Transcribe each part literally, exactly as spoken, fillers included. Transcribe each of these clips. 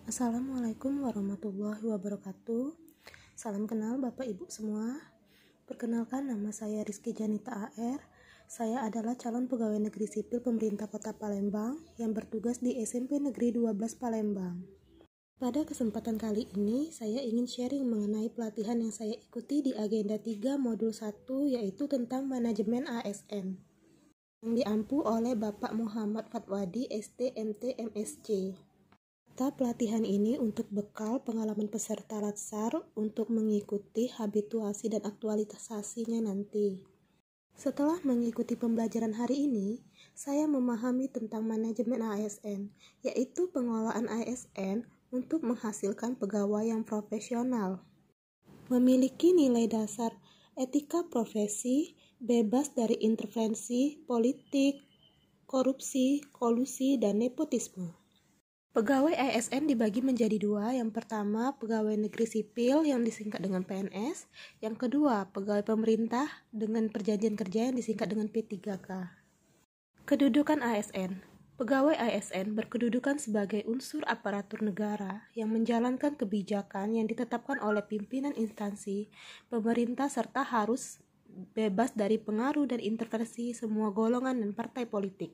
Assalamualaikum warahmatullahi wabarakatuh. Salam kenal Bapak Ibu semua. Perkenalkan, nama saya Rizky Janita A R. Saya adalah calon pegawai negeri sipil pemerintah Kota Palembang yang bertugas di S M P Negeri dua belas Palembang. Pada kesempatan kali ini, saya ingin sharing mengenai pelatihan yang saya ikuti di agenda tiga modul satu, yaitu tentang manajemen A S N, yang diampu oleh Bapak Muhammad Fatwadi, S T M T M S C. Pelatihan ini untuk bekal pengalaman peserta latsar untuk mengikuti habituasi dan aktualisasinya nanti. Setelah mengikuti pembelajaran hari ini, saya memahami tentang manajemen A S N, yaitu pengelolaan A S N untuk menghasilkan pegawai yang profesional, memiliki nilai dasar etika profesi, bebas dari intervensi politik, korupsi, kolusi, dan nepotisme. Pegawai A S N dibagi menjadi dua. Yang pertama, pegawai negeri sipil yang disingkat dengan P N S. Yang kedua, pegawai pemerintah dengan perjanjian kerja yang disingkat dengan P tiga K. Kedudukan A S N. Pegawai A S N berkedudukan sebagai unsur aparatur negara yang menjalankan kebijakan yang ditetapkan oleh pimpinan instansi pemerintah serta harus bebas dari pengaruh dan intervensi semua golongan dan partai politik.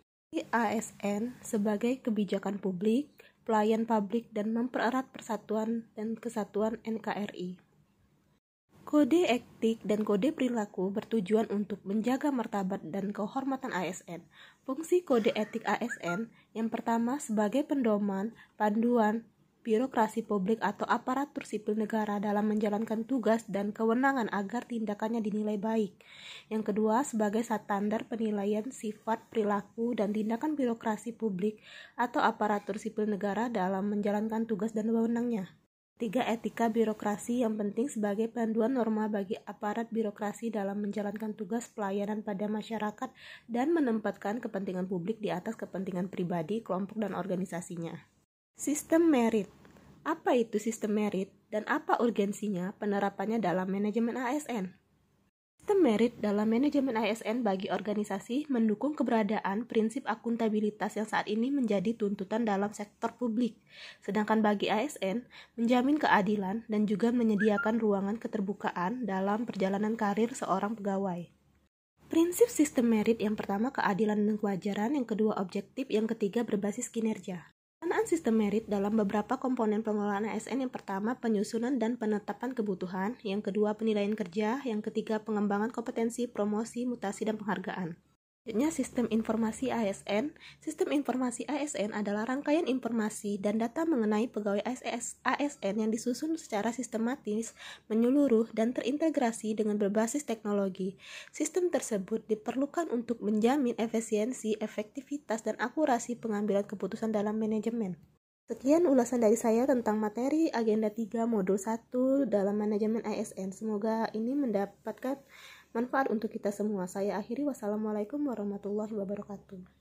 A S N sebagai kebijakan publik, pelayan publik, dan mempererat persatuan dan kesatuan N K R I. Kode etik dan kode perilaku bertujuan untuk menjaga martabat dan kehormatan A S N. Fungsi kode etik A S N yang pertama sebagai pedoman, panduan, birokrasi publik atau aparatur sipil negara dalam menjalankan tugas dan kewenangan agar tindakannya dinilai baik. Yang kedua, sebagai standar penilaian sifat, perilaku, dan tindakan birokrasi publik atau aparatur sipil negara dalam menjalankan tugas dan wewenangnya. Tiga, etika birokrasi yang penting sebagai panduan norma bagi aparat birokrasi dalam menjalankan tugas pelayanan pada masyarakat dan menempatkan kepentingan publik di atas kepentingan pribadi, kelompok, dan organisasinya. Sistem merit. Apa itu sistem merit dan apa urgensinya penerapannya dalam manajemen A S N? Sistem merit dalam manajemen A S N bagi organisasi mendukung keberadaan prinsip akuntabilitas yang saat ini menjadi tuntutan dalam sektor publik. Sedangkan bagi A S N, menjamin keadilan dan juga menyediakan ruangan keterbukaan dalam perjalanan karir seorang pegawai. Prinsip sistem merit yang pertama keadilan dan kewajaran, yang kedua objektif, yang ketiga berbasis kinerja. Pelaksanaan sistem merit dalam beberapa komponen pengelolaan A S N. Yang pertama, penyusunan dan penetapan kebutuhan. Yang kedua, penilaian kerja. Yang ketiga, pengembangan kompetensi, promosi, mutasi, dan penghargaan. Selanjutnya, sistem informasi A S N. Sistem informasi A S N adalah rangkaian informasi dan data mengenai pegawai A S N yang disusun secara sistematis, menyeluruh, dan terintegrasi dengan berbasis teknologi. Sistem tersebut diperlukan untuk menjamin efisiensi, efektivitas, dan akurasi pengambilan keputusan dalam manajemen. Sekian ulasan dari saya tentang materi agenda tiga modul satu dalam manajemen A S N. Semoga ini mendapatkan manfaat untuk kita semua. Saya akhiri, wassalamualaikum warahmatullahi wabarakatuh.